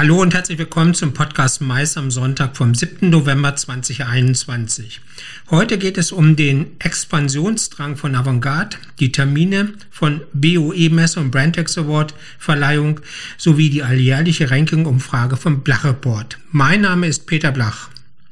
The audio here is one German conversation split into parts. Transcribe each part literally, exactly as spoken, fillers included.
Hallo und herzlich willkommen zum Podcast Mais am Sonntag vom siebten November zweitausendeinundzwanzig. Heute geht es um den Expansionsdrang von Avantgarde, die Termine von B O E-Messe und Brandex Award Verleihung sowie die alljährliche Ranking-Umfrage vom Blach Report. Mein Name ist Peter Blach.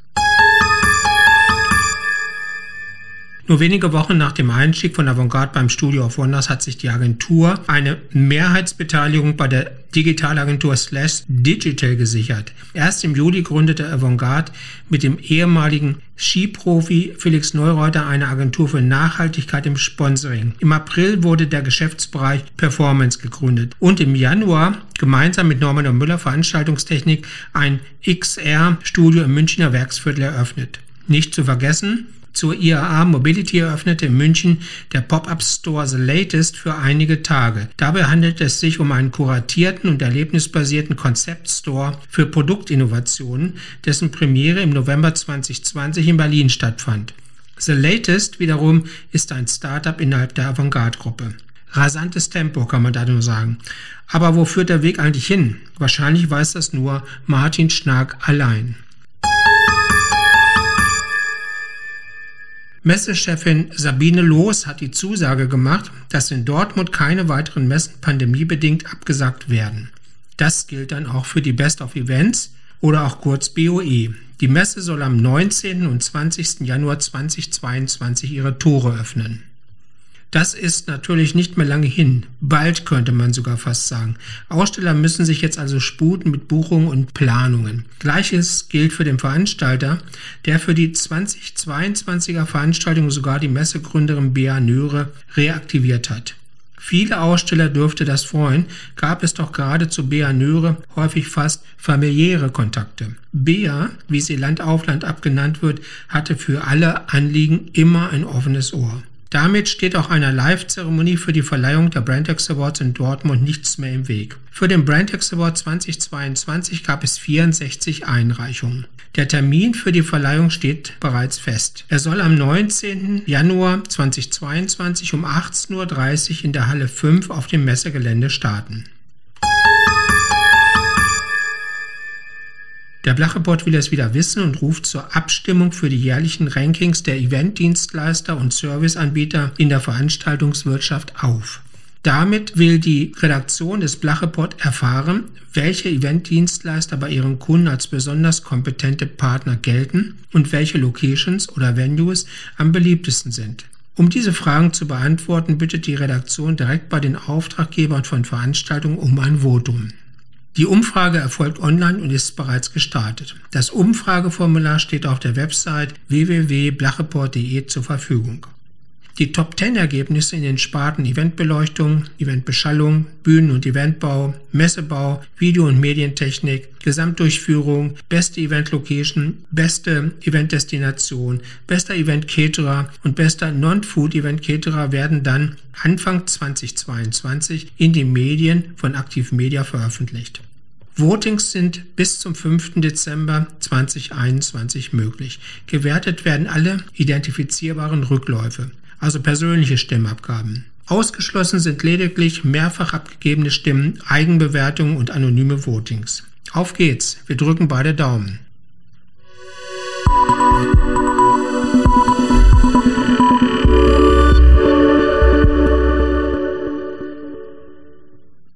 Nur wenige Wochen nach dem Einstieg von Avantgarde beim Studio of Wonders hat sich die Agentur eine Mehrheitsbeteiligung bei der Digitalagentur Slash Digital gesichert. Erst im Juli gründete Avantgarde mit dem ehemaligen Skiprofi Felix Neureuter eine Agentur für Nachhaltigkeit im Sponsoring. Im April wurde der Geschäftsbereich Performance gegründet und im Januar gemeinsam mit Norman und Müller Veranstaltungstechnik ein X R-Studio im Münchner Werksviertel eröffnet. Nicht zu vergessen: Zur I A A Mobility eröffnete in München der Pop-Up-Store The Latest für einige Tage. Dabei handelt es sich um einen kuratierten und erlebnisbasierten Konzept-Store für Produktinnovationen, dessen Premiere im November zweitausendzwanzig in Berlin stattfand. The Latest wiederum ist ein Startup innerhalb der Avantgarde-Gruppe. Rasantes Tempo, kann man da nur sagen. Aber wo führt der Weg eigentlich hin? Wahrscheinlich weiß das nur Martin Schnark allein. Messechefin Sabine Loos hat die Zusage gemacht, dass in Dortmund keine weiteren Messen pandemiebedingt abgesagt werden. Das gilt dann auch für die Best of Events oder auch kurz B O E. Die Messe soll am neunzehnten und zwanzigsten Januar zweitausendzweiundzwanzig ihre Tore öffnen. Das ist natürlich nicht mehr lange hin. Bald könnte man sogar fast sagen. Aussteller müssen sich jetzt also sputen mit Buchungen und Planungen. Gleiches gilt für den Veranstalter, der für die zweitausendzweiundzwanziger Veranstaltung sogar die Messegründerin Bea Nöhre reaktiviert hat. Viele Aussteller dürfte das freuen, gab es doch gerade zu Bea Nöhre häufig fast familiäre Kontakte. Bea, wie sie Land auf Land abgenannt wird, hatte für alle Anliegen immer ein offenes Ohr. Damit steht auch einer Live-Zeremonie für die Verleihung der Brandex Awards in Dortmund nichts mehr im Weg. Für den Brandex Award zweitausendzweiundzwanzig gab es vierundsechzig Einreichungen. Der Termin für die Verleihung steht bereits fest. Er soll am neunzehnten Januar zweitausendzweiundzwanzig um achtzehn Uhr dreißig in der Halle fünf auf dem Messegelände starten. Der Blach Report will es wieder wissen und ruft zur Abstimmung für die jährlichen Rankings der Eventdienstleister und Serviceanbieter in der Veranstaltungswirtschaft auf. Damit will die Redaktion des Blach Report erfahren, welche Eventdienstleister bei ihren Kunden als besonders kompetente Partner gelten und welche Locations oder Venues am beliebtesten sind. Um diese Fragen zu beantworten, bittet die Redaktion direkt bei den Auftraggebern von Veranstaltungen um ein Votum. Die Umfrage erfolgt online und ist bereits gestartet. Das Umfrageformular steht auf der Website w w w punkt blachreport punkt de zur Verfügung. Die Top zehn Ergebnisse in den Sparten Eventbeleuchtung, Eventbeschallung, Bühnen- und Eventbau, Messebau, Video- und Medientechnik, Gesamtdurchführung, beste Event-Location, beste Eventdestination, bester Event-Caterer und bester Non-Food-Event-Caterer werden dann Anfang zweitausendzweiundzwanzig in den Medien von Aktiv Media veröffentlicht. Votings sind bis zum fünften Dezember zweitausendeinundzwanzig möglich. Gewertet werden alle identifizierbaren Rückläufe, also persönliche Stimmabgaben. Ausgeschlossen sind lediglich mehrfach abgegebene Stimmen, Eigenbewertungen und anonyme Votings. Auf geht's, wir drücken beide Daumen.